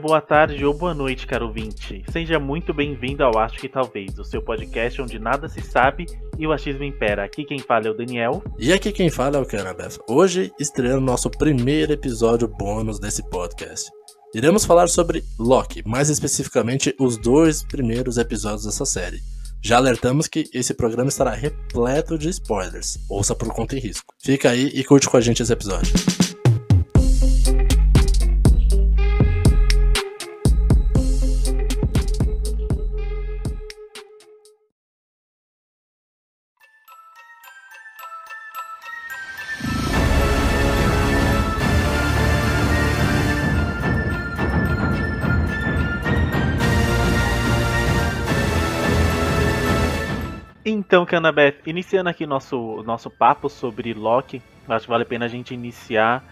boa tarde ou boa noite, caro ouvinte. Seja muito bem-vindo ao Acho que Talvez, o seu podcast onde nada se sabe e o achismo impera. Aqui quem fala é o Daniel. E aqui quem fala é o Canabeth. Hoje, estreando nosso primeiro episódio bônus desse podcast. Iremos falar sobre Loki, mais especificamente os 2 primeiros episódios dessa série. Já alertamos que esse programa estará repleto de spoilers. Ouça por conta e risco. Fica aí e curte com a gente esse episódio. Então, Canabeth, iniciando aqui nosso papo sobre Loki, acho que vale a pena a gente iniciar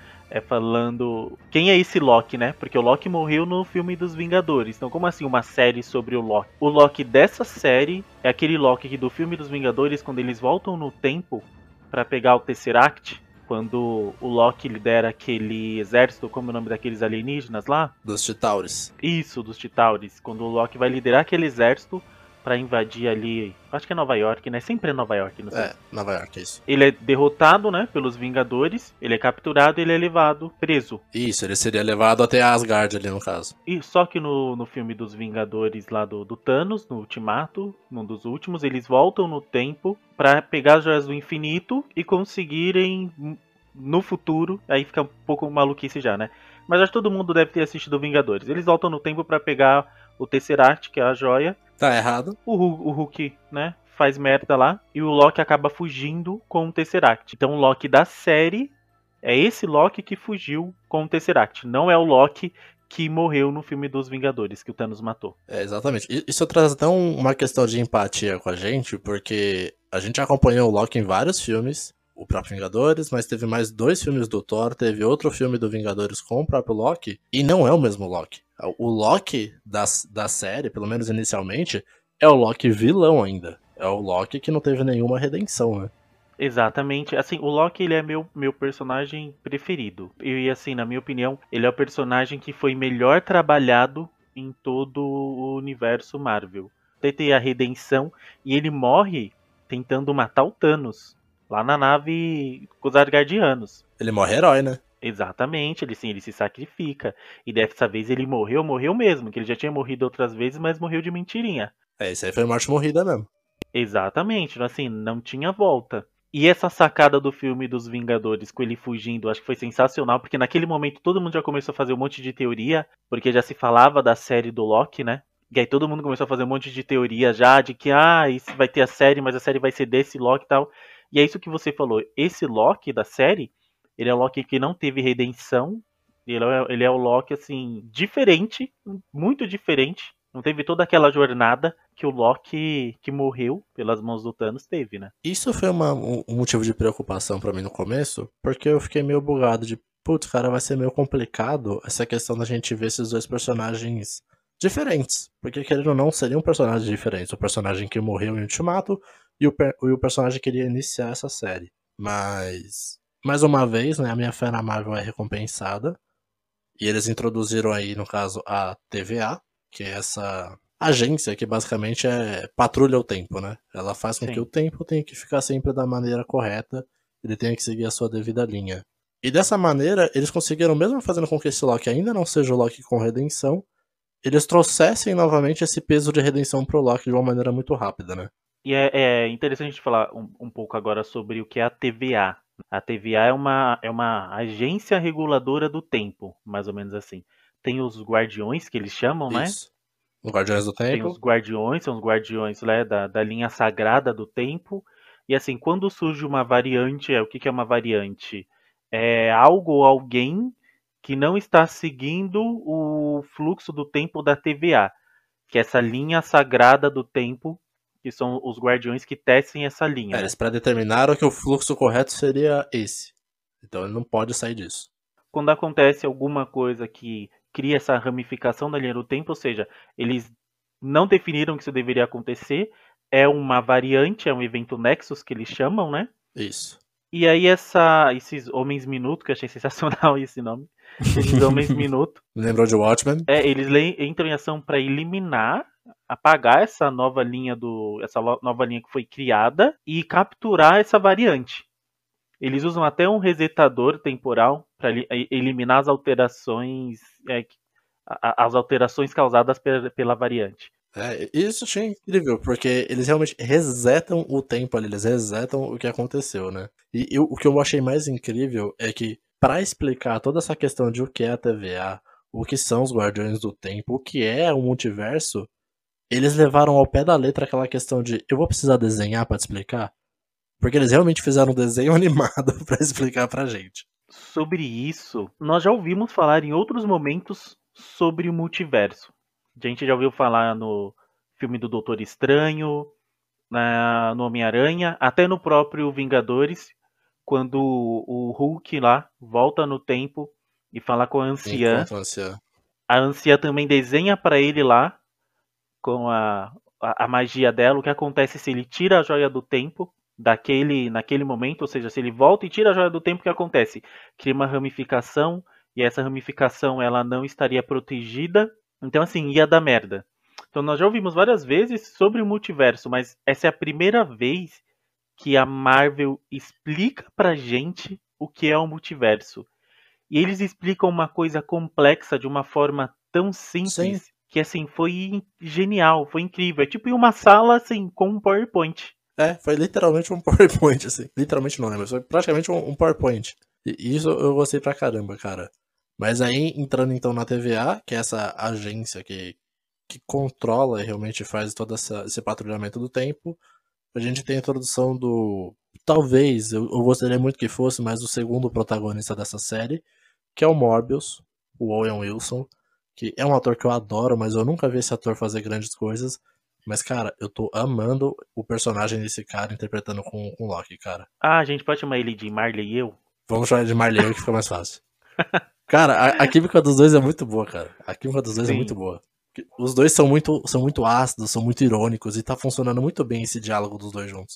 falando quem é esse Loki, né? Porque o Loki morreu no filme dos Vingadores. Então, como assim uma série sobre o Loki? O Loki dessa série é aquele Loki que do filme dos Vingadores, quando eles voltam no tempo para pegar o Tesseract, quando o Loki lidera aquele exército, como é o nome daqueles alienígenas lá? Dos Chitauris. Isso, dos Chitauris. Quando o Loki vai liderar aquele exército pra invadir ali, acho que é Nova York, né? Sempre é Nova York, não sei. É, Nova York, é isso. Ele é derrotado, né, pelos Vingadores, ele é capturado e ele é levado preso. Isso, ele seria levado até Asgard ali no caso. E só que no filme dos Vingadores lá do Thanos, no Ultimato, num dos últimos, eles voltam no tempo pra pegar as Joias do Infinito e conseguirem no futuro, aí fica um pouco maluquice já, né? Mas acho que todo mundo deve ter assistido Vingadores. Eles voltam no tempo pra pegar o Tesseract, que é a joia. Tá errado. O Hulk, né, faz merda lá e o Loki acaba fugindo com o Tesseract. Então o Loki da série é esse Loki que fugiu com o Tesseract. Não é o Loki que morreu no filme dos Vingadores, que o Thanos matou. É, exatamente. Isso traz até uma questão de empatia com a gente, porque a gente acompanhou o Loki em vários filmes, o próprio Vingadores, mas teve mais 2 filmes do Thor, teve outro filme do Vingadores com o próprio Loki, e não é o mesmo Loki. O Loki da série, pelo menos inicialmente, é o Loki vilão ainda. É o Loki que não teve nenhuma redenção, né? Exatamente. Assim, o Loki, ele é meu personagem preferido. E assim, na minha opinião, ele é o personagem que foi melhor trabalhado em todo o universo Marvel. Tem a redenção e ele morre tentando matar o Thanos lá na nave com os Asgardianos. Ele morre herói, né? Exatamente, ele se sacrifica. E dessa vez ele morreu mesmo, que ele já tinha morrido outras vezes, mas morreu de mentirinha. É, isso aí foi morte morrida mesmo. Exatamente, assim, não tinha volta. E essa sacada do filme dos Vingadores, com ele fugindo, acho que foi sensacional, porque naquele momento todo mundo já começou a fazer um monte de teoria, porque já se falava da série do Loki, né? E aí todo mundo começou a fazer um monte de teoria já, de que, isso vai ter a série, mas a série vai ser desse Loki e tal. E é isso que você falou, esse Loki da série, ele é o Loki que não teve redenção, ele é o Loki, assim, diferente, muito diferente. Não teve toda aquela jornada que o Loki que morreu pelas mãos do Thanos teve, né? Isso foi um motivo de preocupação pra mim no começo, porque eu fiquei meio bugado de, putz, cara, vai ser meio complicado essa questão da gente ver esses 2 personagens diferentes. Porque, querendo ou não, seriam personagens diferentes. O personagem que morreu em Ultimato e o personagem que iria iniciar essa série. Mas, mais uma vez, né, a minha fé na Marvel é recompensada. E eles introduziram aí, no caso, a TVA, que é essa agência que basicamente patrulha o tempo, né? Ela faz com que o tempo tenha que ficar sempre da maneira correta, ele tenha que seguir a sua devida linha. E dessa maneira, eles conseguiram, mesmo fazendo com que esse Loki ainda não seja o Loki com redenção, eles trouxessem novamente esse peso de redenção pro Loki de uma maneira muito rápida, né? E é interessante a gente falar um pouco agora sobre o que é a TVA. A TVA é uma agência reguladora do tempo, mais ou menos assim. Tem os guardiões, que eles chamam, né? Isso. Os Guardiões do Tempo. Tem os guardiões, são os guardiões, né, da linha sagrada do tempo. E assim, quando surge uma variante, o que é uma variante? É algo ou alguém que não está seguindo o fluxo do tempo da TVA, que é essa linha sagrada do tempo, que são os guardiões que tecem essa linha. Eles predeterminaram que o fluxo correto seria esse. Então ele não pode sair disso. Quando acontece alguma coisa que cria essa ramificação da linha do tempo, ou seja, eles não definiram que isso deveria acontecer, é uma variante, é um evento Nexus que eles chamam, né? Isso. E aí esses Homens Minuto, que eu achei sensacional esse nome, Esses homens minuto. Lembrou de Watchmen? Eles entram em ação para eliminar, apagar essa nova linha nova linha que foi criada e capturar essa variante. Eles usam até um resetador temporal para eliminar as alterações causadas pela variante. Isso achei incrível, porque eles realmente resetam o tempo ali, eles resetam o que aconteceu, né? E o que eu achei mais incrível é que, para explicar toda essa questão de o que é a TVA, o que são os Guardiões do Tempo, o que é o multiverso, eles levaram ao pé da letra aquela questão de eu vou precisar desenhar pra te explicar? Porque eles realmente fizeram um desenho animado pra explicar pra gente. Sobre isso, nós já ouvimos falar em outros momentos sobre o multiverso. A gente já ouviu falar no filme do Doutor Estranho, no Homem-Aranha, até no próprio Vingadores, quando o Hulk lá volta no tempo e fala com a anciã. Enquanto anciã. A anciã também desenha para ele lá, com a magia dela, o que acontece se ele tira a joia do tempo naquele momento, ou seja, se ele volta e tira a joia do tempo, o que acontece? Cria uma ramificação, e essa ramificação ela não estaria protegida, então assim, ia dar merda. Então nós já ouvimos várias vezes sobre o multiverso, mas essa é a primeira vez que a Marvel explica pra gente o que é o multiverso. E eles explicam uma coisa complexa de uma forma tão simples. Sim. Que assim, foi genial, foi incrível. É tipo em uma sala assim, com um PowerPoint. Foi literalmente um PowerPoint, assim. Literalmente não, né? Mas foi praticamente um PowerPoint. E isso eu gostei pra caramba, cara. Mas aí, entrando então na TVA, que é essa agência que controla e realmente faz todo esse patrulhamento do tempo, a gente tem a introdução do... Talvez, eu gostaria muito que fosse, mas o segundo protagonista dessa série, que é o Morbius, o Owen Wilson, que é um ator que eu adoro, mas eu nunca vi esse ator fazer grandes coisas. Mas, cara, eu tô amando o personagem desse cara interpretando com o Loki, cara. Ah, a gente pode chamar ele de Marley e eu? Vamos chamar de Marley que fica mais fácil. Cara, a química dos dois é muito boa, cara. A química dos dois é muito Sim. boa. Os dois são muito ácidos, são muito irônicos e tá funcionando muito bem esse diálogo dos dois juntos.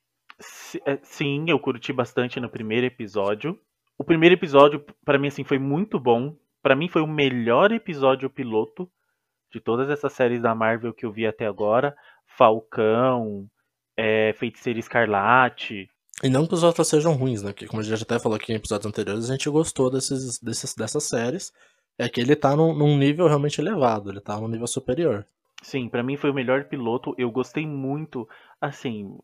Sim, eu curti bastante no primeiro episódio. O primeiro episódio, pra mim, assim, foi muito bom. Pra mim, foi o melhor episódio piloto de todas essas séries da Marvel que eu vi até agora. Falcão, Feiticeira Escarlate. E não que os outros sejam ruins, né? Porque como a gente já até falou aqui em episódios anteriores, a gente gostou dessas séries. É que ele tá num nível realmente elevado, ele tá num nível superior. Sim, pra mim foi o melhor piloto. Eu gostei muito. Assim,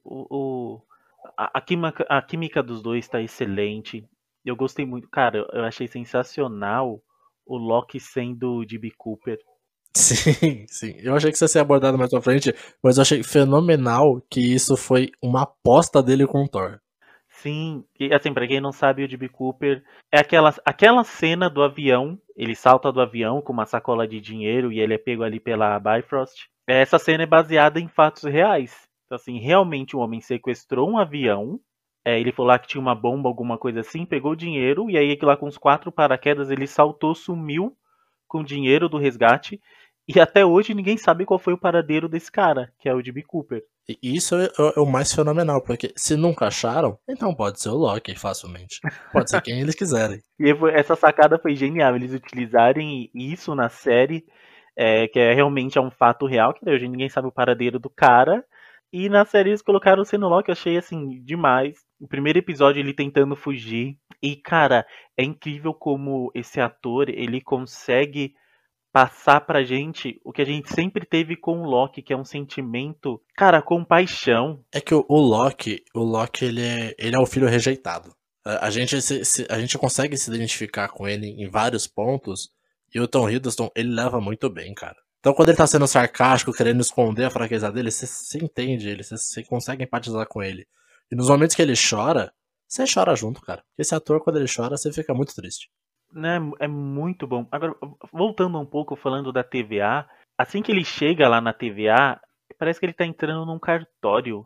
a química dos dois tá excelente. Eu gostei muito. Cara, eu achei sensacional o Loki sendo o D.B. Cooper. Sim, sim. Eu achei que isso ia ser abordado mais pra frente, mas eu achei fenomenal que isso foi uma aposta dele com o Thor. Sim, e assim, pra quem não sabe, o D.B. Cooper é aquela cena do avião. Ele salta do avião com uma sacola de dinheiro e ele é pego ali pela Bifrost. Essa cena é baseada em fatos reais. Então, assim, realmente o homem sequestrou um avião. Ele falou lá que tinha uma bomba, alguma coisa assim, pegou o dinheiro e aí lá com os 4 paraquedas ele saltou, sumiu com o dinheiro do resgate. E até hoje ninguém sabe qual foi o paradeiro desse cara, que é o D.B. Cooper. E isso é o mais fenomenal, porque se nunca acharam, então pode ser o Loki, facilmente. Pode ser quem eles quiserem. E essa sacada foi genial, eles utilizarem isso na série, que realmente é um fato real, que hoje ninguém sabe o paradeiro do cara. E na série eles colocaram o Senuló, que eu achei assim, demais. O primeiro episódio ele tentando fugir. E, cara, é incrível como esse ator ele consegue passar pra gente o que a gente sempre teve com o Loki, que é um sentimento, cara, compaixão. É que o Loki, ele é o filho rejeitado. A gente, a gente consegue se identificar com ele em vários pontos, e o Tom Hiddleston, ele leva muito bem, cara. Então quando ele tá sendo sarcástico, querendo esconder a fraqueza dele, você entende ele, você consegue empatizar com ele. E nos momentos que ele chora, você chora junto, cara. Porque esse ator, quando ele chora, você fica muito triste. Né, é muito bom. Agora, voltando um pouco, falando da TVA, assim que ele chega lá na TVA, parece que ele tá entrando num cartório.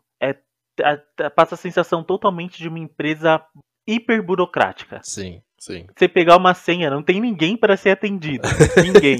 Passa a sensação totalmente de uma empresa hiper burocrática. Sim, sim. Você pegar uma senha, não tem ninguém para ser atendido. Ninguém.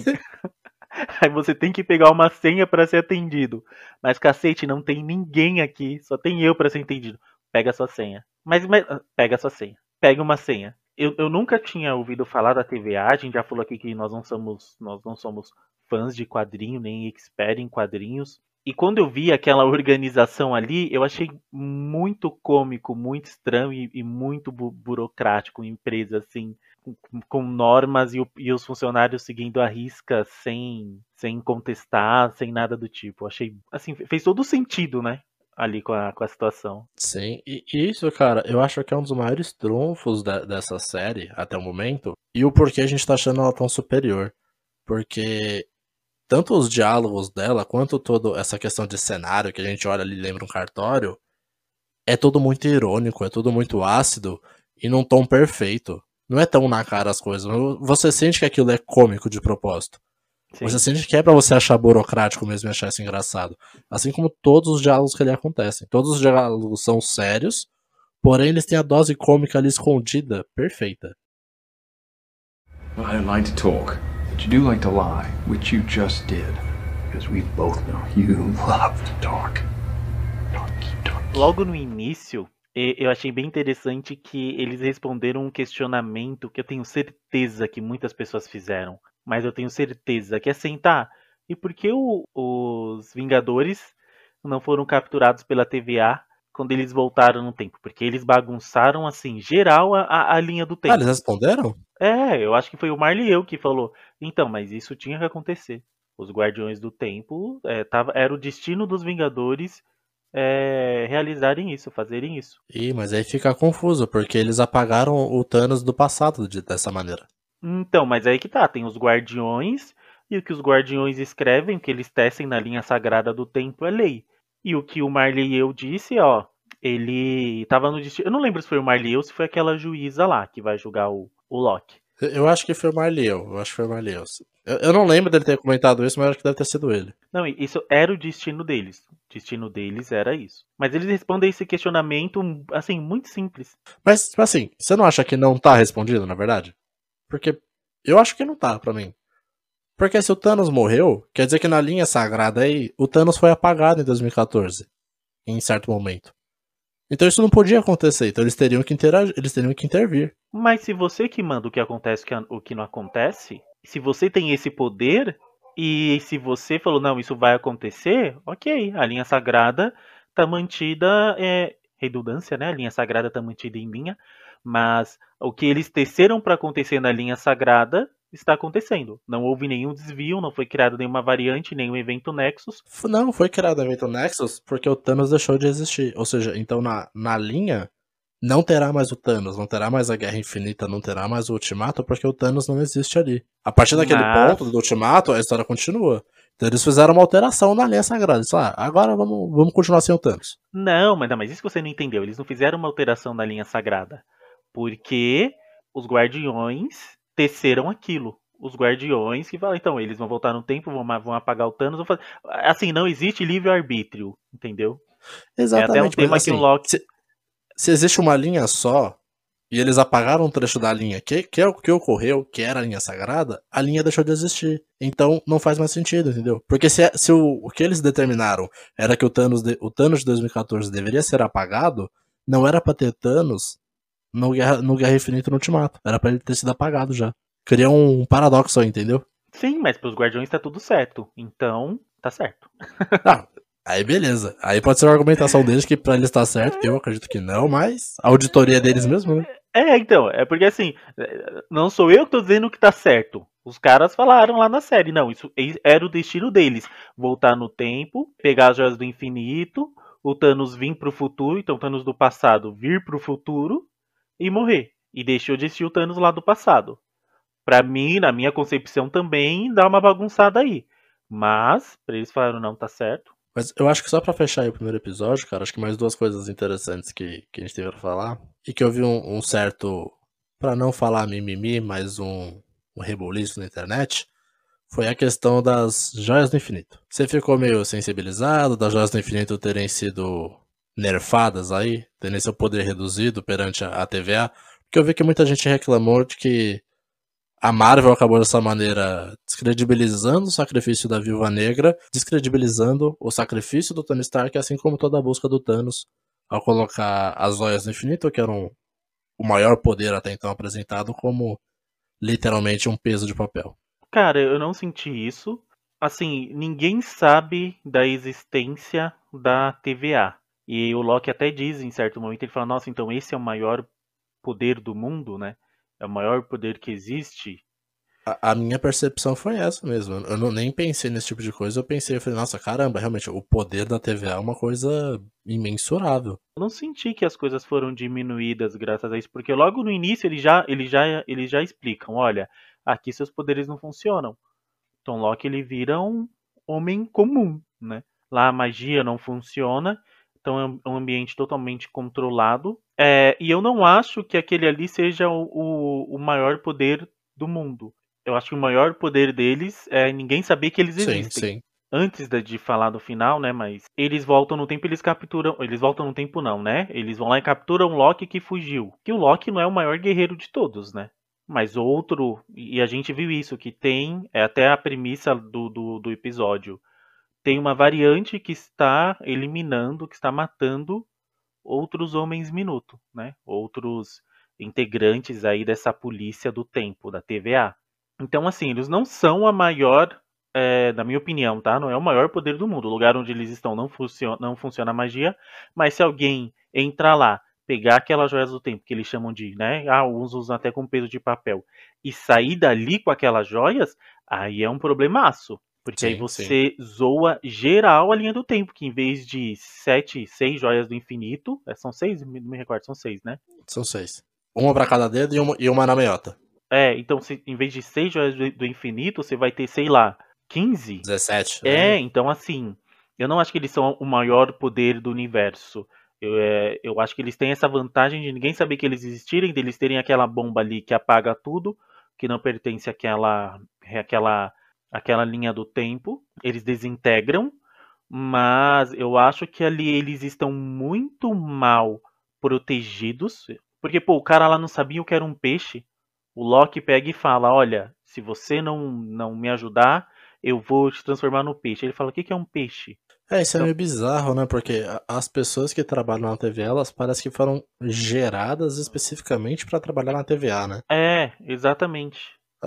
Aí você tem que pegar uma senha para ser atendido. Mas cacete, não tem ninguém aqui, só tem eu para ser atendido. Pega a sua senha. Pega a sua senha. Pega uma senha. eu nunca tinha ouvido falar da TVA, a gente já falou aqui que nós não somos fãs de quadrinho, nem expert em quadrinhos. E quando eu vi aquela organização ali, eu achei muito cômico, muito estranho e muito burocrático, empresa assim, com normas e os funcionários seguindo a risca sem contestar, sem nada do tipo. Achei, assim, fez todo sentido, né? Ali com a situação. Sim, e isso, cara, eu acho que é um dos maiores trunfos dessa série até o momento. E o porquê a gente tá achando ela tão superior. Porque tanto os diálogos dela, quanto toda essa questão de cenário que a gente olha ali e lembra um cartório, é tudo muito irônico, é tudo muito ácido e num tom perfeito. Não é tão na cara as coisas. Você sente que aquilo é cômico de propósito. Você Sim. sente que é pra você achar burocrático mesmo e achar isso engraçado. Assim como todos os diálogos que ali acontecem. Todos os diálogos são sérios, porém eles têm a dose cômica ali escondida perfeita. Well, I don't like to talk, but you do like to lie, which you just did. Because we both know you love to talk. Talk. Logo no início, eu achei bem interessante que eles responderam um questionamento que eu tenho certeza que muitas pessoas fizeram, mas eu tenho certeza que é assim, tá? E por que os Vingadores não foram capturados pela TVA quando eles voltaram no tempo? Porque eles bagunçaram, assim, geral a linha do Ah, eles tempo. responderam? É, eu acho que foi o Marley eu que falou. Então, mas isso tinha que acontecer. Os Guardiões do Tempo era o destino dos Vingadores realizarem isso, fazerem isso. Ih, mas aí fica confuso, porque eles apagaram o Thanos do passado dessa maneira. Então, mas aí que tá, tem os Guardiões, e o que os Guardiões escrevem, o que eles tecem na linha sagrada do tempo é lei. E o que o Marley eu disse, ó, ele tava no destino. Eu não lembro se foi o Marley eu, se foi aquela juíza lá que vai julgar o Loki. Eu acho que foi o Marliel. Eu acho que foi o Marliel. Eu não lembro dele ter comentado isso, mas eu acho que deve ter sido ele. Não, isso era o destino deles. O destino deles era isso. Mas eles respondem esse questionamento, assim, muito simples. Mas, tipo assim, você não acha que não tá respondido, na verdade? Porque eu acho que não tá, pra mim. Porque se o Thanos morreu, quer dizer que na linha sagrada aí, o Thanos foi apagado em 2014. Em certo momento. Então isso não podia acontecer. Então eles teriam que interagir, eles teriam que intervir. Mas se você que manda o que acontece, o que não acontece, se você tem esse poder, e se você falou, não, isso vai acontecer, ok, a linha sagrada tá mantida, redundância, né? A linha sagrada tá mantida em linha, mas o que eles teceram para acontecer na linha sagrada está acontecendo. Não houve nenhum desvio, não foi criado nenhuma variante, nenhum evento Nexus. Não, foi criado o evento Nexus porque o Thanos deixou de existir. Ou seja, então na linha não terá mais o Thanos, não terá mais a Guerra Infinita, não terá mais o Ultimato, porque o Thanos não existe ali. A partir daquele ponto Mas do Ultimato, a história continua. Então eles fizeram uma alteração na linha sagrada. Eles falaram, agora vamos continuar sem o Thanos. não, mas isso que você não entendeu. Eles não fizeram uma alteração na linha sagrada. Porque os guardiões teceram aquilo. Os guardiões que falam, então, eles vão voltar no tempo, vão apagar o Thanos. Vão fazer... Assim, não existe livre-arbítrio, entendeu? É até um Exatamente, mas tema que o assim, Loki. se existe uma linha só, e eles apagaram um trecho da linha que é o que ocorreu, que era a linha sagrada, a linha deixou de existir. Então não faz mais sentido, entendeu? Porque se o que eles determinaram era que o Thanos de 2014 deveria ser apagado, não era pra ter Thanos no Guerra Infinita e no Ultimato. Era pra ele ter sido apagado já. Cria um paradoxo aí, entendeu? Sim, mas pros guardiões tá tudo certo. Então, tá certo. Ah, aí beleza. Aí pode ser uma argumentação deles que pra eles tá certo. Eu acredito que não, mas a auditoria deles mesmo, né? Então, é porque assim, não sou eu que tô dizendo que tá certo. Os caras falaram lá na série, não, isso era o destino deles. Voltar no tempo, pegar as joias do infinito, o Thanos vir pro futuro, então o Thanos do passado vir pro futuro e morrer. E deixou de existir o Thanos lá do passado. Pra mim, na minha concepção também, dá uma bagunçada aí. Mas, pra eles falaram, não, tá certo. Mas eu acho que só pra fechar aí o primeiro episódio, cara, acho que mais duas coisas interessantes que a gente teve pra falar. E que eu vi um certo, pra não falar mimimi, mas um reboliço na internet. Foi a questão das joias do infinito. Você ficou meio sensibilizado das joias do infinito terem sido nerfadas aí, terem seu poder reduzido perante a TVA? Porque eu vi que muita gente reclamou de que a Marvel acabou dessa maneira descredibilizando o sacrifício da Viúva Negra, descredibilizando o sacrifício do Tony Stark, assim como toda a busca do Thanos ao colocar as joias do infinito, que eram o maior poder até então apresentado como literalmente um peso de papel. Cara, eu não senti isso. Assim, ninguém sabe da existência da TVA. E o Loki até diz em certo momento, ele fala, nossa, então esse é o maior poder do mundo, né? É o maior poder que existe. A minha percepção foi essa mesmo. Eu não, nem pensei nesse tipo de coisa. Eu falei, nossa, caramba, realmente, o poder da TVA é uma coisa imensurável. Eu não senti que as coisas foram diminuídas graças a isso, porque logo no início eles já explicam, olha, aqui seus poderes não funcionam. Então Loki ele vira um homem comum, né? Lá a magia não funciona, então é um ambiente totalmente controlado. E eu não acho que aquele ali seja o maior poder do mundo. Eu acho que o maior poder deles é ninguém saber que eles Sim, existem. sim. Antes de falar do final, né? Mas eles voltam no tempo, eles capturam. Eles voltam no tempo, não, né? Eles vão lá e capturam o Loki que fugiu. Que o Loki não é o maior guerreiro de todos, né? Mas outro, e a gente viu isso, que tem, é até a premissa do episódio. Tem uma variante que está eliminando, que está matando outros homens minuto, né? Outros integrantes aí dessa polícia do tempo, da TVA. Então, assim, eles não são a maior, na minha opinião, tá? Não é o maior poder do mundo. O lugar onde eles estão não funciona a magia, mas se alguém entrar lá, pegar aquelas joias do tempo, que eles chamam de, né? Uns usam até com peso de papel, e sair dali com aquelas joias, aí é um problemaço. Porque aí Sim, sim. você zoa geral a linha do tempo, que em vez de 6 joias do infinito, são 6? Não me recordo, são 6, né? São 6. Uma pra cada dedo e uma na meiota. Então em vez de 6 joias do infinito, você vai ter, sei lá, 15? 17. Então assim, eu não acho que eles são o maior poder do universo. Eu acho que eles têm essa vantagem de ninguém saber que eles existirem, deles terem aquela bomba ali que apaga tudo, que não pertence àquela linha do tempo. Eles desintegram, mas eu acho que ali eles estão muito mal protegidos. Porque, pô, o cara lá não sabia o que era um peixe. O Loki pega e fala: olha, se você não me ajudar, eu vou te transformar no peixe. Ele fala: o que que é um peixe? Isso é meio bizarro, né? Porque as pessoas que trabalham na TVA, elas parecem que foram geradas especificamente pra trabalhar na TVA, né? Exatamente.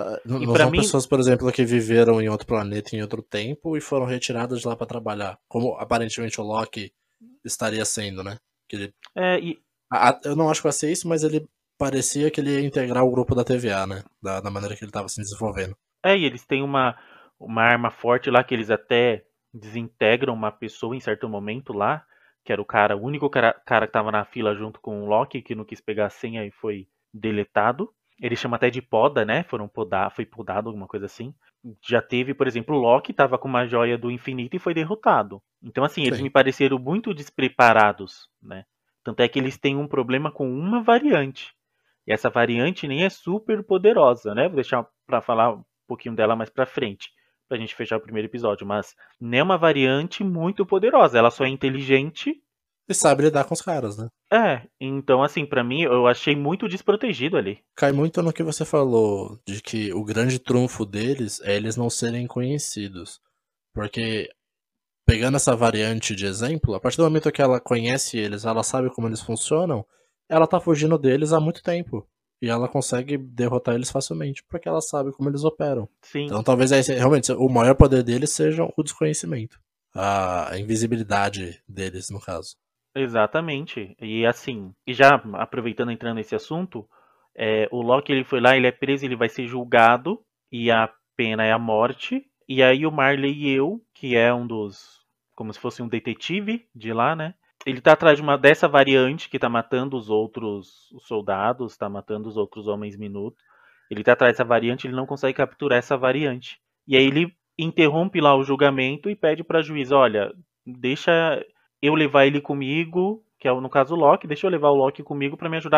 E Não pra são mim, pessoas, por exemplo, que viveram em outro planeta em outro tempo e foram retiradas de lá pra trabalhar. Como aparentemente o Loki estaria sendo, né? Que ele... e, Eu não acho que vai ser isso, mas ele parecia que ele ia integrar o grupo da TVA, né? Da maneira que ele tava se desenvolvendo. e eles têm uma arma forte lá que eles até desintegram uma pessoa em certo momento lá, que era o único cara que tava na fila junto com o Loki, que não quis pegar a senha e foi deletado. Ele chama até de poda, né? Foi podado, alguma coisa assim. Já teve, por exemplo, o Loki tava com uma joia do infinito e foi derrotado. Então, assim, eles Sim. me pareceram muito despreparados, né? Tanto é que eles têm um problema com uma variante. E essa variante nem é super poderosa, né? Vou deixar pra falar um pouquinho dela mais pra frente, pra gente fechar o primeiro episódio. Mas nem é uma variante muito poderosa. Ela só é inteligente. E sabe lidar com os caras, né? Então assim, pra mim, eu achei muito desprotegido ali. Cai muito no que você falou, de que o grande trunfo deles é eles não serem conhecidos. Porque, pegando essa variante de exemplo, a partir do momento que ela conhece eles, ela sabe como eles funcionam, ela tá fugindo deles há muito tempo. E ela consegue derrotar eles facilmente, porque ela sabe como eles operam. Sim, Então talvez realmente o maior poder deles seja o desconhecimento. A invisibilidade deles, no caso. exatamente. E assim, e já aproveitando entrando nesse assunto, o Loki ele foi lá, ele é preso, ele vai ser julgado e a pena é a morte. E aí o Marley e eu, que é como se fosse um detetive de lá, né? Ele tá atrás dessa variante que tá matando os outros soldados, tá matando os outros homens minuto. Ele tá atrás dessa variante, ele não consegue capturar essa variante. E aí ele interrompe lá o julgamento e pede pra juiz, olha, deixa eu levar ele comigo, que é no caso o Loki, deixa eu levar o Loki comigo pra me ajudar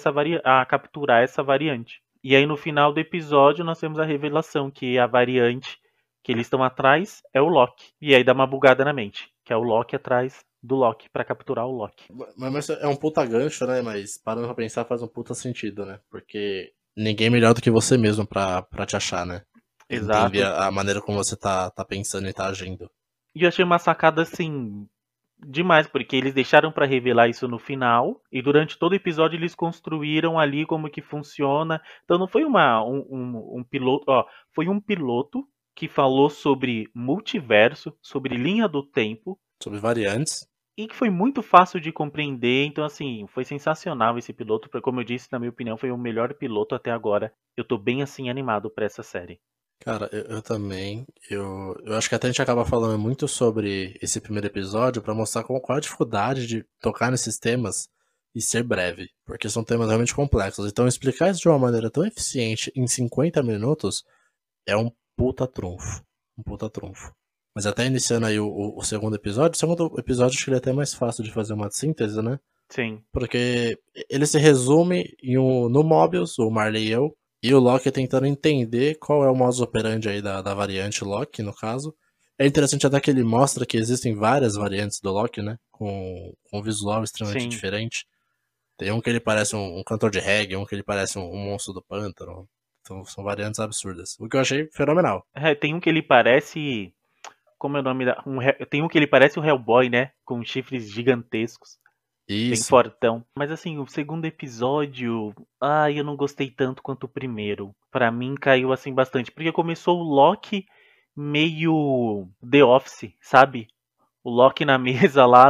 a capturar essa variante. E aí no final do episódio nós temos a revelação que a variante que eles estão atrás é o Loki. E aí dá uma bugada na mente, que é o Loki atrás do Loki pra capturar o Loki. Mas é um puta gancho, né? Mas parando pra pensar faz um puta sentido, né? Porque ninguém é melhor do que você mesmo pra te achar, né? Exato. Entender a maneira como você tá pensando e tá agindo. E eu achei uma sacada assim demais, porque eles deixaram pra revelar isso no final, e durante todo o episódio eles construíram ali como que funciona. Então não foi um piloto, ó, foi um piloto que falou sobre multiverso, sobre linha do tempo, Sobre variantes. e que foi muito fácil de compreender. Então, assim, foi sensacional esse piloto. Como eu disse, na minha opinião, foi o melhor piloto até agora. Eu tô bem, assim, animado pra essa série. Cara, eu também. Eu acho que até a gente acaba falando muito sobre esse primeiro episódio pra mostrar qual a dificuldade de tocar nesses temas e ser breve. Porque são temas realmente complexos. Então, explicar isso de uma maneira tão eficiente em 50 minutos é um puta trunfo. Um puta trunfo. Mas até iniciando aí o segundo episódio, acho que ele é até mais fácil de fazer uma síntese, né? Sim, Porque ele se resume no Mobius, o Marley e o Loki tentando entender qual é o modus operandi aí da variante Loki, no caso. É interessante até que ele mostra que existem várias variantes do Loki, né? Com um visual extremamente sim. diferente. Tem um que ele parece um cantor de reggae, um que ele parece um monstro do pântano. Então, são variantes absurdas. O que eu achei fenomenal. É, tem um que ele parece. Como é o nome da. Tem um que ele parece um Hellboy, né? Com chifres gigantescos. Bem Isso. fortão. Mas assim, o segundo episódio. Ai, eu não gostei tanto quanto o primeiro. Pra mim caiu assim bastante. Porque começou o Loki meio The Office, sabe? O Loki na mesa lá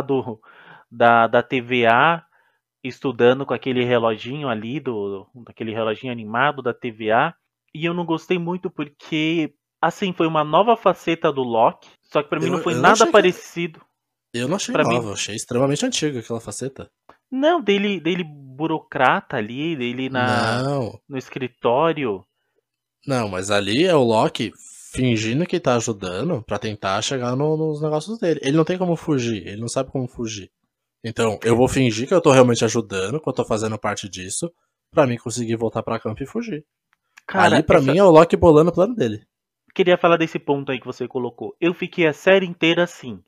da TVA, estudando com aquele reloginho ali, daquele reloginho animado da TVA. E eu não gostei muito porque, assim, foi uma nova faceta do Loki. Só que pra mim não foi Eu não nada achei parecido. Eu não achei Pra nova, mim, eu achei extremamente antiga aquela faceta. não, dele burocrata ali, dele Não, no escritório. não, mas ali é o Loki fingindo que tá ajudando pra tentar chegar nos negócios dele. Ele não tem como fugir, ele não sabe como fugir. Então, eu vou fingir que eu tô realmente ajudando, que eu tô fazendo parte disso, pra mim conseguir voltar pra campo e fugir. Ali, Cara, pra mim, é o Loki bolando o plano dele. queria falar desse ponto aí que você colocou. Eu fiquei a série inteira assim.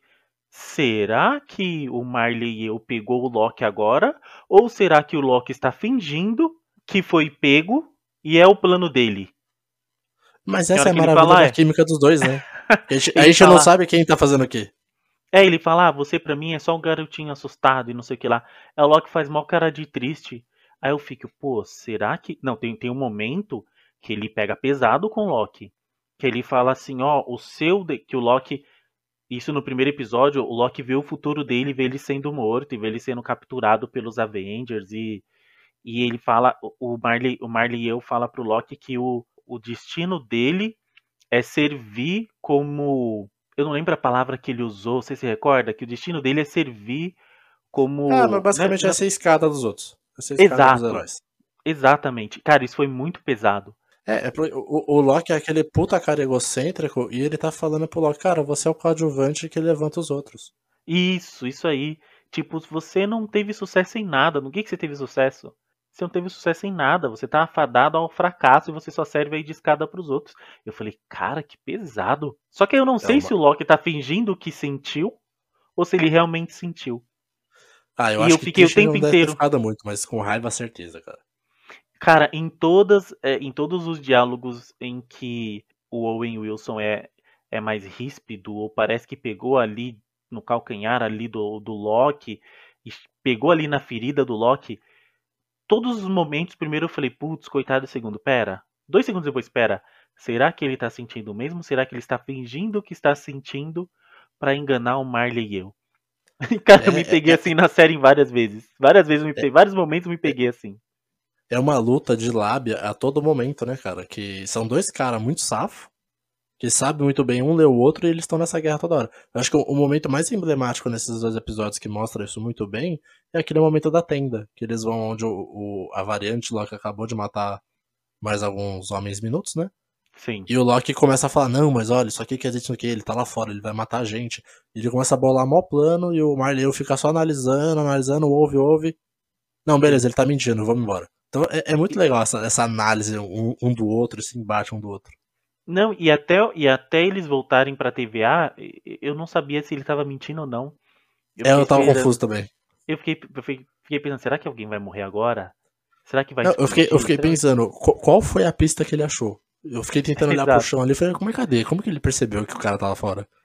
Será que o Marley e eu pegou o Loki agora? Ou será que o Loki está fingindo que foi pego e é o plano dele? Mas Tem essa hora é a que ele maravilha fala, da química dos dois, né? A ele gente não fala, sabe quem tá fazendo o quê. ele fala, você pra mim é só um garotinho assustado e não sei o que lá. É o Loki faz mó cara de triste. Aí eu fico, pô, será que. Não, tem um momento que ele pega pesado com o Loki. Que ele fala assim, ó, que o Loki. Isso no primeiro episódio, o Loki vê o futuro dele, vê ele sendo morto e vê ele sendo capturado pelos Avengers. E ele fala, o Marley e eu fala pro Loki que o destino dele é servir como. Eu não lembro a palavra que ele usou, você se recorda? Que o destino dele é servir Ah, mas como. basicamente essa é a escada dos outros. Essa é a escada dos Exato, heróis. exatamente. Cara, isso foi muito pesado. O Loki é aquele puta cara egocêntrico e ele tá falando pro Loki, cara, você é o coadjuvante que levanta os outros. Isso aí. Tipo, você não teve sucesso em nada. No que você teve sucesso? Você não teve sucesso em nada. Você tá afadado ao fracasso e você só serve aí de escada pros outros. Eu falei, cara, que pesado. Só que eu não É sei uma... se o Loki tá fingindo que sentiu ou se ele realmente sentiu. Ah, eu E eu acho que fiquei o triste ele tempo não deve ter inteiro. ficado muito, mas com raiva certeza, cara. Cara, em todos os diálogos em que o Owen Wilson é mais ríspido, ou parece que pegou ali no calcanhar ali do Loki, e pegou ali na ferida do Loki, todos os momentos, primeiro eu falei, putz, coitado, segundo, pera. 2 segundos depois, pera, será que ele tá sentindo mesmo? Será que ele está fingindo que está sentindo pra enganar o Marley e eu? Cara, eu me É, peguei é, assim na série várias vezes. Várias vezes, é, vários momentos eu me peguei assim. é uma luta de lábia a todo momento, né, cara? Que são dois caras muito safos, que sabem muito bem um ler o outro e eles estão nessa guerra toda hora. Eu acho que o momento mais emblemático nesses dois episódios que mostra isso muito bem é aquele momento da tenda, que eles vão onde a variante Loki acabou de matar mais alguns homens minutos, né? Sim. E o Loki começa a falar, não, mas olha, isso aqui quer dizer isso aqui, ele tá lá fora, ele vai matar a gente. E ele começa a bolar mó plano e o Marley fica só analisando, ouve. Não, beleza, Sim. ele tá mentindo, vamos embora. Então é muito legal essa análise um do outro, esse embate um do outro. Não, e até eles voltarem pra TVA, eu não sabia se ele tava mentindo ou não. Eu fiquei Eu tava esperando. confuso também. Eu fiquei pensando, será que alguém vai morrer agora? Será que vai Não, eu explodir? fiquei Será? pensando, qual foi a pista que ele achou? Eu fiquei tentando olhar pro Exato. chão ali e falei, cadê? Como que ele percebeu que o cara tava fora?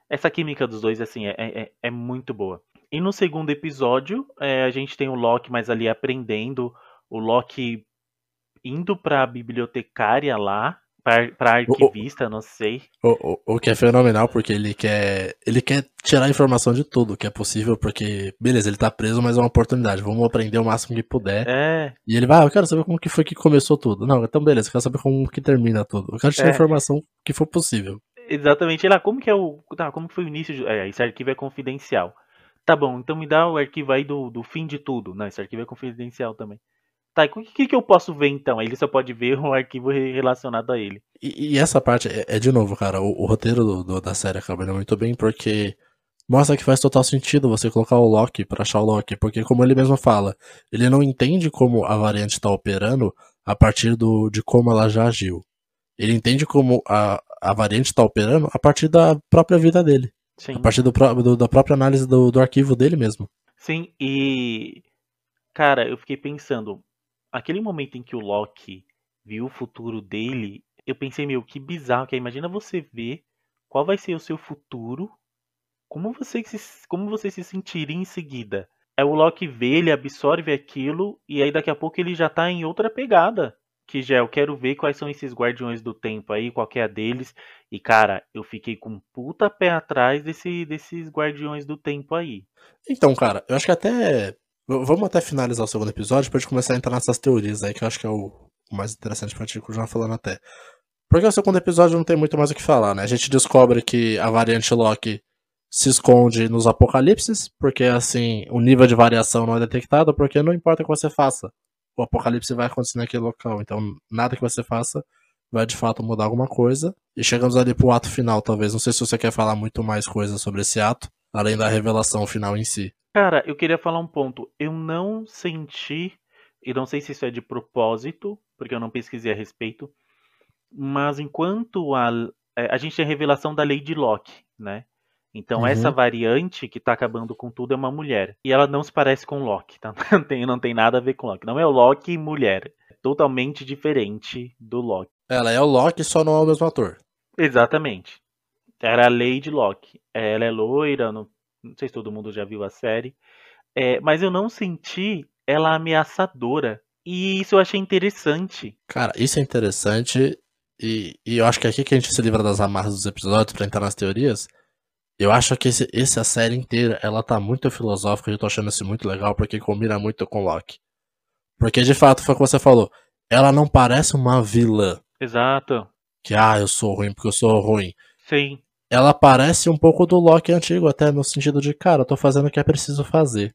Essa química dos dois, assim, é muito boa. E no segundo episódio, a gente tem o Loki mais ali aprendendo, o Loki indo pra bibliotecária lá, pra O, arquivista, não sei. o que é fenomenal, porque ele quer tirar informação de tudo que é possível, porque, beleza, ele tá preso, mas é uma oportunidade. Vamos aprender o máximo que puder. É, E ele vai, eu quero saber como que foi que começou tudo. Não, então beleza, eu quero saber como que termina tudo. Eu quero tirar a é, informação que for possível. exatamente. Lá, como que é o. Tá, como que foi o início? Esse arquivo é confidencial. Tá bom, então me dá o arquivo aí do fim de tudo. Não, esse arquivo é confidencial também. Tá, e o que eu posso ver então? Aí ele só pode ver um arquivo relacionado a ele. E essa parte de novo, cara, o roteiro da série acaba indo muito bem, porque mostra que faz total sentido você colocar o Loki pra achar o Loki, porque como ele mesmo fala, ele não entende como a variante tá operando a partir de como ela já agiu. Ele entende como a variante tá operando a partir da própria vida dele. A Sim. partir da própria análise do arquivo dele mesmo. Sim, e. Cara, eu fiquei pensando. Aquele momento em que o Loki viu o futuro dele, eu pensei, meu, que bizarro que é. Imagina você ver qual vai ser o seu futuro, como você se sentiria em seguida. É o Loki vê, ele absorve aquilo, e aí daqui a pouco ele já tá em outra pegada. Que já é, eu quero ver quais são esses guardiões do tempo aí, qual que é a deles. E cara, eu fiquei com um puta pé atrás desses guardiões do tempo aí. Então, cara, eu acho que até. Vamos até finalizar o segundo episódio pra gente começar a entrar nessas teorias aí, que eu acho que é o mais interessante pra gente continuar falando até. Porque o segundo episódio não tem muito mais o que falar, né? A gente descobre que a variante Loki se esconde nos apocalipses, porque assim, o nível de variação não é detectado, porque não importa o que você faça. O apocalipse vai acontecer naquele local, então nada que você faça vai de fato mudar alguma coisa. E chegamos ali pro ato final, talvez. Não sei se você quer falar muito mais coisas sobre esse ato, além da revelação final em si. Cara, eu queria falar um ponto. Eu não senti, e não sei se isso é de propósito, porque eu não pesquisei a respeito, mas enquanto a gente tem a revelação da Lady Locke, né? Então essa Uhum. variante que tá acabando com tudo é uma mulher. E ela não se parece com o Loki, tá? Não tem nada a ver com o Loki. Não é o Loki mulher. É totalmente diferente do Loki. Ela é o Loki, só não é o mesmo ator. Exatamente. Era a Lady Locke. Ela é loira, não sei se todo mundo já viu a série. Mas eu não senti ela ameaçadora. E isso eu achei interessante. Cara, isso é interessante. E eu acho que é aqui que a gente se livra das amarras dos episódios pra entrar nas teorias. Eu acho que essa série inteira, ela tá muito filosófica e eu tô achando isso muito legal porque combina muito com Loki. Porque de fato, foi o que você falou, ela não parece uma vilã, Exato. que eu sou ruim porque eu sou ruim. Sim. Ela parece um pouco do Loki antigo, até no sentido de, cara, eu tô fazendo o que é preciso fazer.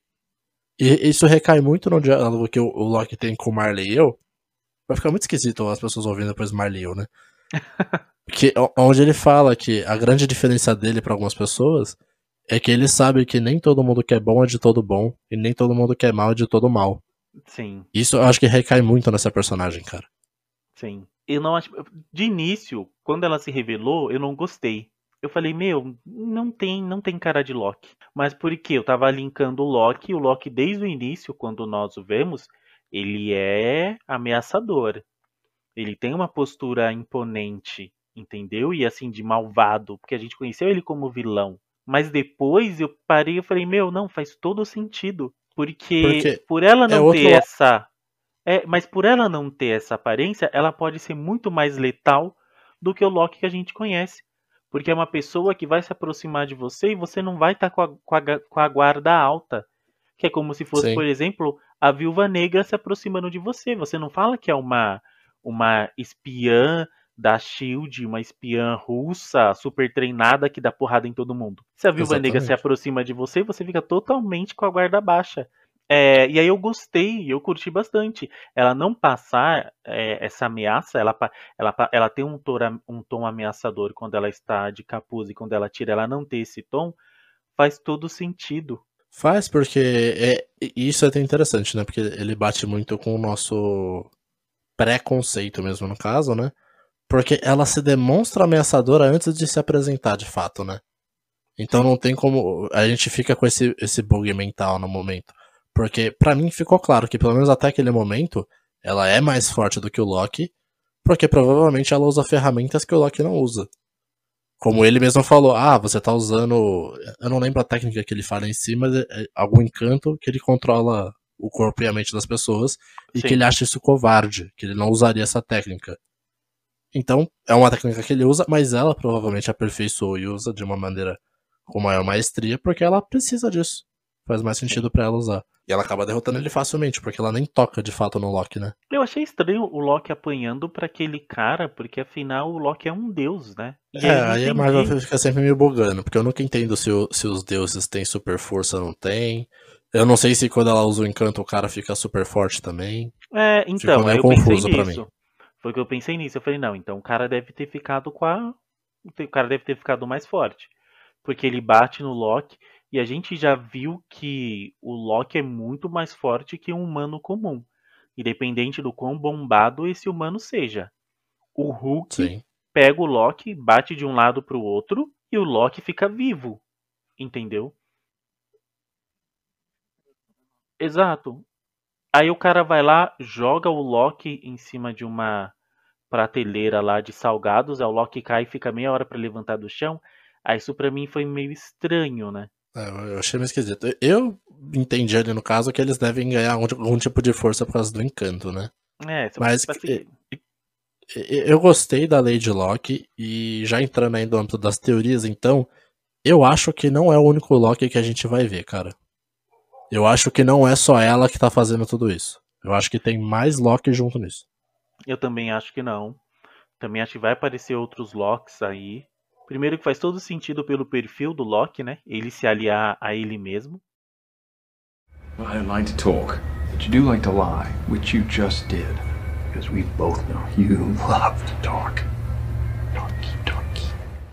E isso recai muito no diálogo que o Loki tem com o Marley e eu. Vai ficar muito esquisito as pessoas ouvindo depois Marley e eu, né? Que, onde ele fala que a grande diferença dele pra algumas pessoas é que ele sabe que nem todo mundo que é bom é de todo bom, e nem todo mundo que é mal é de todo mal. Sim. Isso eu acho que recai muito nessa personagem, cara. Sim. Eu não acho. De início, quando ela se revelou, eu não gostei. Eu falei, meu, não tem cara de Loki. Mas por quê? Eu tava linkando o Loki desde o início, quando nós o vemos, ele é ameaçador. Ele tem uma postura imponente, entendeu? E assim, de malvado, porque a gente conheceu ele como vilão. Mas depois eu parei e falei, meu, não, faz todo sentido. Porque Porque por ela é não outro ter lado. mas por ela não ter essa aparência, ela pode ser muito mais letal do que o Loki que a gente conhece. Porque é uma pessoa que vai se aproximar de você e você não vai estar com a guarda alta. Que é como se fosse, Sim, por exemplo, a Viúva Negra se aproximando de você. Você não fala que é uma espiã da Shield, uma espiã russa super treinada que dá porrada em todo mundo. Se a Viúva Negra se exatamente. aproxima de você, você fica totalmente com a guarda baixa. E aí eu gostei, eu curti bastante. Ela não passar essa ameaça, ela tem um tom ameaçador quando ela está de capuz e quando ela tira, ela não ter esse tom, faz todo sentido. Faz porque isso é até interessante, né? Porque ele bate muito com o nosso preconceito mesmo, no caso, né? Porque ela se demonstra ameaçadora antes de se apresentar de fato, né? Então Sim, não tem como. A gente fica com esse bug mental no momento. Porque pra mim ficou claro que, pelo menos até aquele momento, ela é mais forte do que o Loki. Porque provavelmente ela usa ferramentas que o Loki não usa. como ele mesmo falou, você tá usando. Eu não lembro a técnica que ele fala em si, mas é algum encanto que ele controla o corpo e a mente das pessoas e que Sim. ele acha isso covarde, que ele não usaria essa técnica. Então, é uma técnica que ele usa, mas ela provavelmente aperfeiçoou e usa de uma maneira com maior maestria, porque ela precisa disso. Faz mais sentido pra ela usar. E ela acaba derrotando ele facilmente, porque ela nem toca de fato no Loki, né? Eu achei estranho o Loki apanhando pra aquele cara, porque afinal o Loki é um deus, né? E aí eu não Aí a entendi. Marvel fica sempre me bugando, porque eu nunca entendo se os deuses têm super força ou não tem. Eu não sei se quando ela usa o encanto o cara fica super forte também. Ficou Então, aí meio eu pensei confuso pra mim. nisso. Foi que eu pensei nisso. Eu falei, não, então o cara deve ter ficado o cara deve ter ficado mais forte. Porque ele bate no Loki e a gente já viu que o Loki é muito mais forte que um humano comum. Independente do quão bombado esse humano seja. O Hulk Sim. pega o Loki, bate de um lado pro outro e o Loki fica vivo. Entendeu? Exato. Aí o cara vai lá, joga o Loki em cima de uma prateleira lá de salgados, aí o Loki cai e fica meia hora pra levantar do chão. Aí isso pra mim foi meio estranho, né? Eu achei meio esquisito. Eu entendi ali no caso que eles devem ganhar algum tipo de força por causa do encanto, né? Mas Assim, eu gostei da Lady Locke e já entrando aí no âmbito das teorias, então, eu acho que não é o único Loki que a gente vai ver, cara. Eu acho que não é só ela que tá fazendo tudo isso. Eu acho que tem mais Loki junto nisso. eu também acho que não. Também acho que vai aparecer outros Locks aí. Primeiro que faz todo sentido pelo perfil do Loki, né? Ele se aliar a ele mesmo. Well, I like to talk, but you do like to lie, which you just did. Because we both know you love to talk. Talky.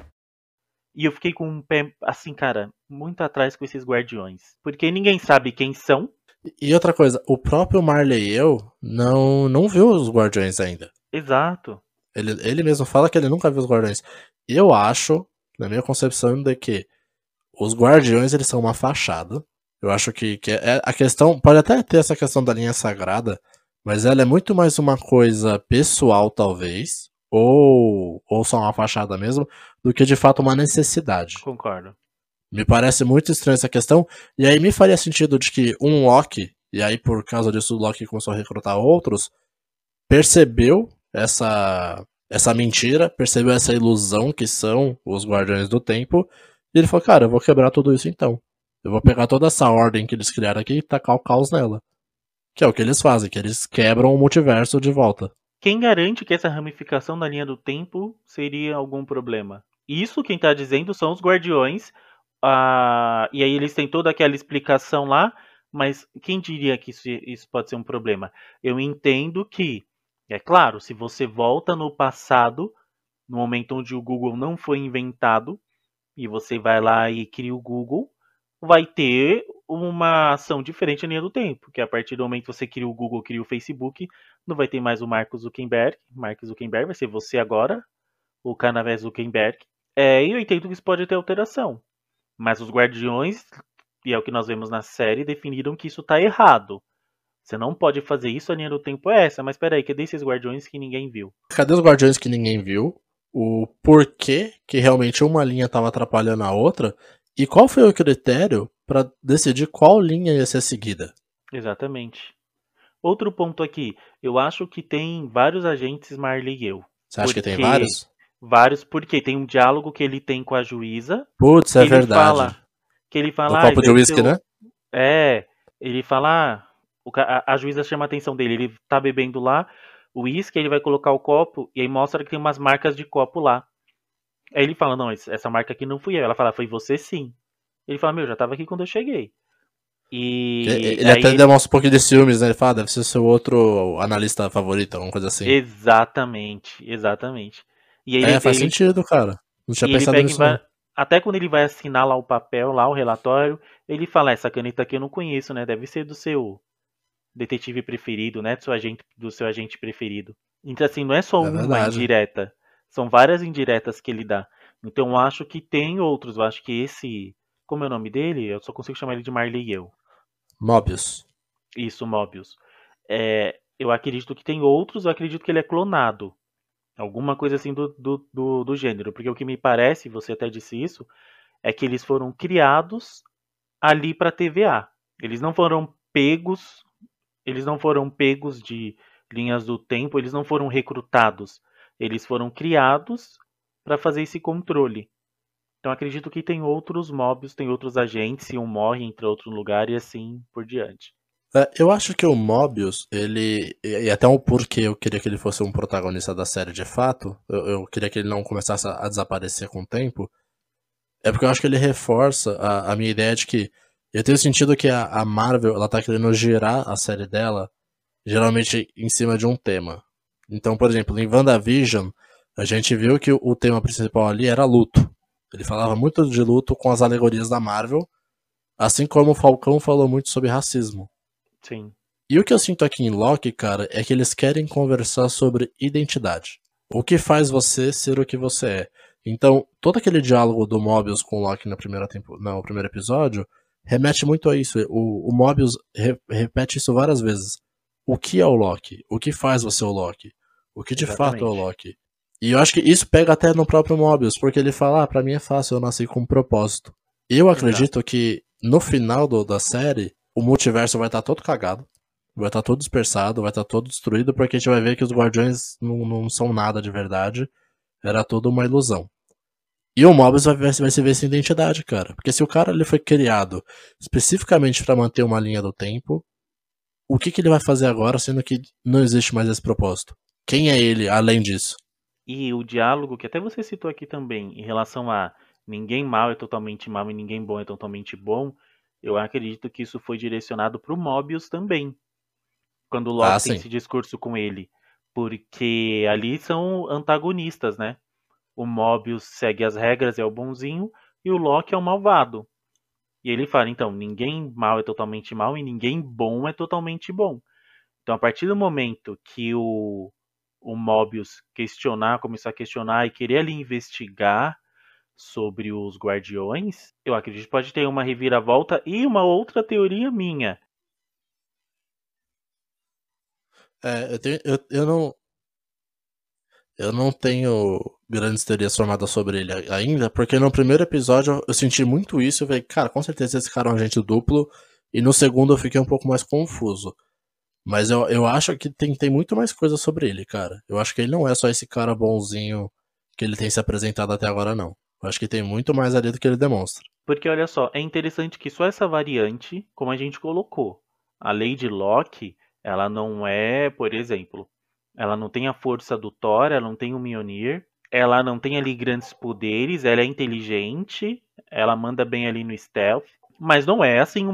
E eu fiquei com um pé, assim, cara, muito atrás com esses guardiões. Porque ninguém sabe quem são. E outra coisa, o próprio Marley e eu não viu os Guardiões ainda. Exato. Ele mesmo fala que ele nunca viu os Guardiões. Eu acho, na minha concepção, de que os Guardiões eles são uma fachada. Eu acho que a questão. Pode até ter essa questão da linha sagrada, mas ela é muito mais uma coisa pessoal, talvez, ou só uma fachada mesmo, do que de fato uma necessidade. Concordo. Me parece muito estranha essa questão, e aí me faria sentido de que um Loki, e aí por causa disso o Loki começou a recrutar outros, percebeu essa mentira, percebeu essa ilusão que são os Guardiões do Tempo, e ele falou, cara, eu vou quebrar tudo isso então. Eu vou pegar toda essa ordem que eles criaram aqui e tacar o caos nela. Que é o que eles fazem, que eles quebram o multiverso de volta. Quem garante que essa ramificação da linha do tempo seria algum problema? Isso quem tá dizendo são os guardiões. E aí eles têm toda aquela explicação lá, mas quem diria que isso pode ser um problema? Eu entendo que, é claro, se você volta no passado, no momento onde o Google não foi inventado, e você vai lá e cria o Google, vai ter uma ação diferente na linha do tempo, que a partir do momento que você cria o Google, cria o Facebook, não vai ter mais o Mark Zuckerberg vai ser você agora, o Canavés Zuckerberg. E eu entendo que isso pode ter alteração, mas os Guardiões, e é o que nós vemos na série, definiram que isso tá errado. Você não pode fazer isso, a linha do tempo é essa, mas peraí, cadê esses Guardiões que ninguém viu? Cadê os Guardiões que ninguém viu? O porquê que realmente uma linha estava atrapalhando a outra? E qual foi o critério para decidir qual linha ia ser seguida? Exatamente. Outro ponto aqui, eu acho que tem vários agentes Marley e eu. Você acha que tem vários? Vários, porque tem um diálogo que ele tem com a juíza. Putz, é verdade. Que ele No fala, copo de uísque, né? Ele fala, a juíza chama a atenção dele, ele tá bebendo lá o uísque, ele vai colocar o copo e aí mostra que tem umas marcas de copo lá. Aí ele fala, não, essa marca aqui não fui eu. Ela fala, foi você sim. Ele fala, meu, já tava aqui quando eu cheguei. E ele até demonstra um pouquinho de ciúmes, né? Ele fala, deve ser o seu outro analista favorito, alguma coisa assim. Exatamente. E aí faz sentido, cara. Não tinha pensado nisso não. Até quando ele vai assinar lá o papel, lá o relatório, ele fala, essa caneta aqui eu não conheço, né? Deve ser do seu detetive preferido, né? Do seu agente preferido. Então, assim, não é só uma verdade. indireta. São várias indiretas que ele dá. Então, eu acho que tem outros. Eu acho que esse... Como é o nome dele? Eu só consigo chamar ele de Marley e eu. Mobius. Isso, Mobius. Eu acredito que tem outros. Eu acredito que ele é clonado. Alguma coisa assim do gênero. Porque o que me parece, você até disse isso, é que eles foram criados ali para TVA. Eles não foram pegos, eles não foram pegos de linhas do tempo, eles não foram recrutados. Eles foram criados para fazer esse controle. Então acredito que tem outros mobs, tem outros agentes, e um morre entre outro lugar e assim por diante. Eu acho que o Mobius, ele. E até o porquê eu queria que ele fosse um protagonista da série de fato, eu queria que ele não começasse a desaparecer com o tempo, é porque eu acho que ele reforça a minha ideia de que. Eu tenho sentido que a Marvel, ela tá querendo girar a série dela, geralmente em cima de um tema. Então, por exemplo, em WandaVision, a gente viu que o tema principal ali era luto. Ele falava muito de luto com as alegorias da Marvel, assim como o Falcão falou muito sobre racismo. Sim. E o que eu sinto aqui em Loki, cara, é que eles querem conversar sobre identidade. O que faz você ser o que você é. Então, todo aquele diálogo do Mobius com o Loki no primeiro episódio remete muito a isso. O Mobius repete isso várias vezes. O que é o Loki? O que faz você o Loki? O que de fato é o Exatamente. Loki? E eu acho que isso pega até no próprio Mobius, porque ele fala, pra mim é fácil, eu nasci com um propósito. Eu Exato. acredito que no final da série, o multiverso vai estar todo cagado, vai estar todo dispersado, vai estar todo destruído, porque a gente vai ver que os Guardiões não são nada de verdade, era tudo uma ilusão. E o Mobius vai se ver sem identidade, cara. Porque se o cara ele foi criado especificamente pra manter uma linha do tempo, o que ele vai fazer agora, sendo que não existe mais esse propósito? Quem é ele além disso? E o diálogo que até você citou aqui também, em relação a ninguém mal é totalmente mal e ninguém bom é totalmente bom, eu acredito que isso foi direcionado pro Mobius também, quando o Ah, Loki tem sim. esse discurso com ele. Porque ali são antagonistas, né? O Mobius segue as regras, é o bonzinho, e o Loki é o malvado. E ele fala, então, ninguém mal é totalmente mal e ninguém bom é totalmente bom. Então, a partir do momento que o Mobius começar a questionar e querer ali investigar sobre os Guardiões, eu acredito que pode ter uma reviravolta e uma outra teoria minha. Eu não tenho grandes teorias formadas sobre ele ainda, porque no primeiro episódio eu senti muito isso. Eu falei, cara, com certeza esse cara é um agente duplo. E no segundo eu fiquei um pouco mais confuso. Mas eu acho que tem muito mais coisa sobre ele, cara. Eu acho que ele não é só esse cara bonzinho que ele tem se apresentado até agora, não. Eu acho que tem muito mais ali do que ele demonstra. Porque olha só, é interessante que só essa variante, como a gente colocou, a Lady Locke, ela não é, por exemplo, ela não tem a força do Thor, ela não tem o Mjolnir, ela não tem ali grandes poderes, ela é inteligente, ela manda bem ali no stealth, mas não é assim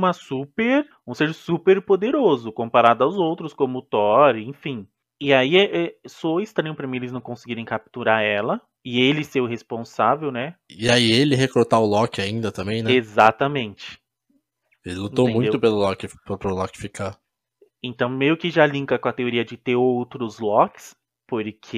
um ser super poderoso comparado aos outros, como o Thor, enfim. E aí soa estranho pra mim eles não conseguirem capturar ela e ele ser o responsável, né? E aí ele recrutar o Loki ainda também, né? Exatamente. Ele lutou muito Entendeu? pelo Loki, pro Loki ficar. Então meio que já linka com a teoria de ter outros Locks, porque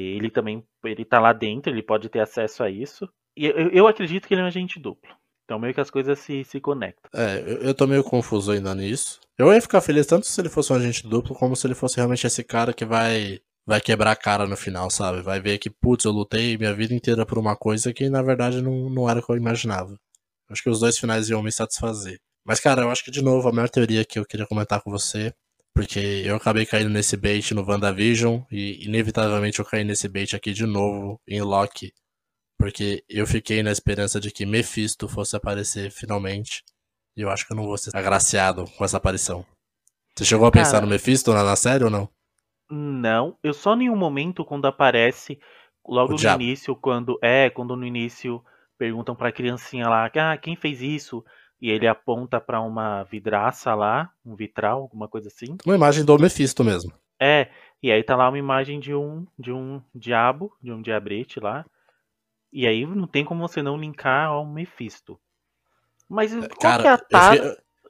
ele tá lá dentro, ele pode ter acesso a isso. E eu acredito que ele é um agente duplo. Então meio que as coisas se conectam. Eu tô meio confuso ainda nisso. Eu ia ficar feliz tanto se ele fosse um agente duplo, como se ele fosse realmente esse cara que vai quebrar a cara no final, sabe? Vai ver que, putz, eu lutei minha vida inteira por uma coisa que na verdade não era o que eu imaginava. Acho que os dois finais iam me satisfazer. Mas, cara, eu acho que de novo a maior teoria que eu queria comentar com você, porque eu acabei caindo nesse bait no WandaVision e inevitavelmente eu caí nesse bait aqui de novo em Loki, porque eu fiquei na esperança de que Mephisto fosse aparecer finalmente. E eu acho que eu não vou ser agraciado com essa aparição. Você chegou a pensar no Cara, Mephisto na série ou não? não. Eu só em nenhum momento quando aparece, O logo no diabo. início, quando no início perguntam pra criancinha lá, quem fez isso? E ele aponta pra uma vidraça lá, um vitral, alguma coisa assim. Uma imagem do Mephisto mesmo. É, e aí tá lá uma imagem de um diabo, de um diabrete lá. E aí não tem como você não linkar ao Mephisto. Mas qual que Cara, é a eu fiquei. tara?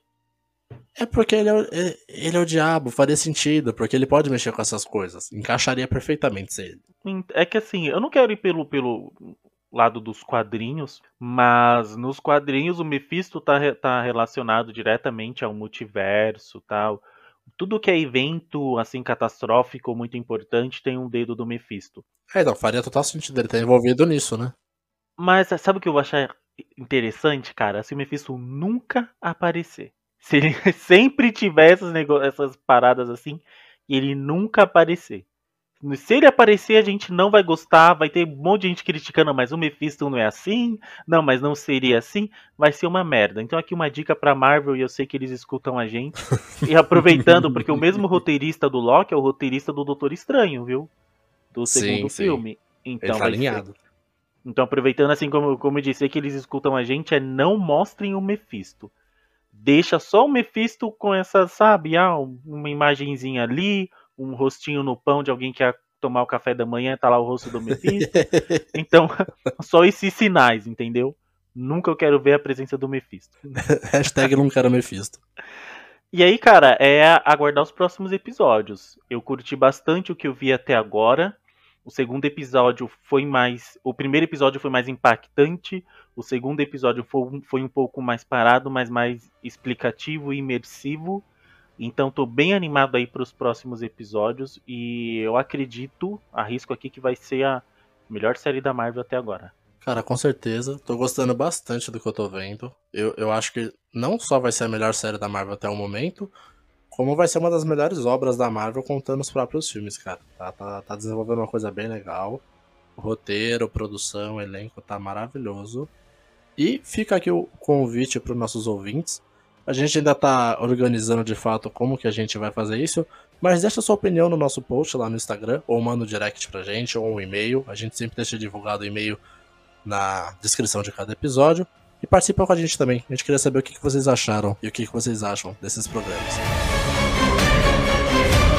É porque ele é o diabo, faria sentido, porque ele pode mexer com essas coisas. Encaixaria perfeitamente ser ele. É que assim, eu não quero ir pelo lado dos quadrinhos, mas nos quadrinhos o Mephisto tá relacionado diretamente ao multiverso, tal. Tudo que é evento, assim, catastrófico ou muito importante tem um dedo do Mephisto. Então, faria total sentido ele estar envolvido nisso, né? Mas sabe o que eu vou achar interessante, cara? Se o Mephisto nunca aparecer. Se ele sempre tiver essas paradas assim, e ele nunca aparecer. Se ele aparecer, a gente não vai gostar, vai ter um monte de gente criticando, mas o Mephisto não é assim, não, mas não seria assim, vai ser uma merda. Então aqui uma dica pra Marvel, e eu sei que eles escutam a gente, e aproveitando, porque o mesmo roteirista do Loki é o roteirista do Doutor Estranho, viu? Do segundo filme. Então ele tá alinhado. Então, aproveitando, assim, como eu disse, que eles escutam a gente, não mostrem o Mephisto. Deixa só o Mephisto com essa, sabe, uma imagenzinha ali, um rostinho no pão de alguém que ia tomar o café da manhã, tá lá o rosto do Mephisto. Então, só esses sinais, entendeu? Nunca eu quero ver a presença do Mephisto. Hashtag não quero Mephisto. E aí, cara, é aguardar os próximos episódios. Eu curti bastante o que eu vi até agora. O segundo episódio foi mais. O primeiro episódio foi mais impactante. O segundo episódio foi um pouco mais parado, mas mais explicativo e imersivo. Então tô bem animado aí para os próximos episódios. E eu acredito, arrisco aqui, que vai ser a melhor série da Marvel até agora. Cara, com certeza. Tô gostando bastante do que eu tô vendo. Eu acho que não só vai ser a melhor série da Marvel até o momento, como vai ser uma das melhores obras da Marvel contando os próprios filmes, cara. Tá desenvolvendo uma coisa bem legal. O roteiro, produção, elenco tá maravilhoso. E fica aqui o convite para os nossos ouvintes. A gente ainda tá organizando de fato como que a gente vai fazer isso, mas deixa sua opinião no nosso post lá no Instagram, ou manda um direct pra gente, ou um e-mail. A gente sempre deixa divulgado o e-mail na descrição de cada episódio. E participa com a gente também. A gente queria saber o que vocês acharam e o que vocês acham desses programas.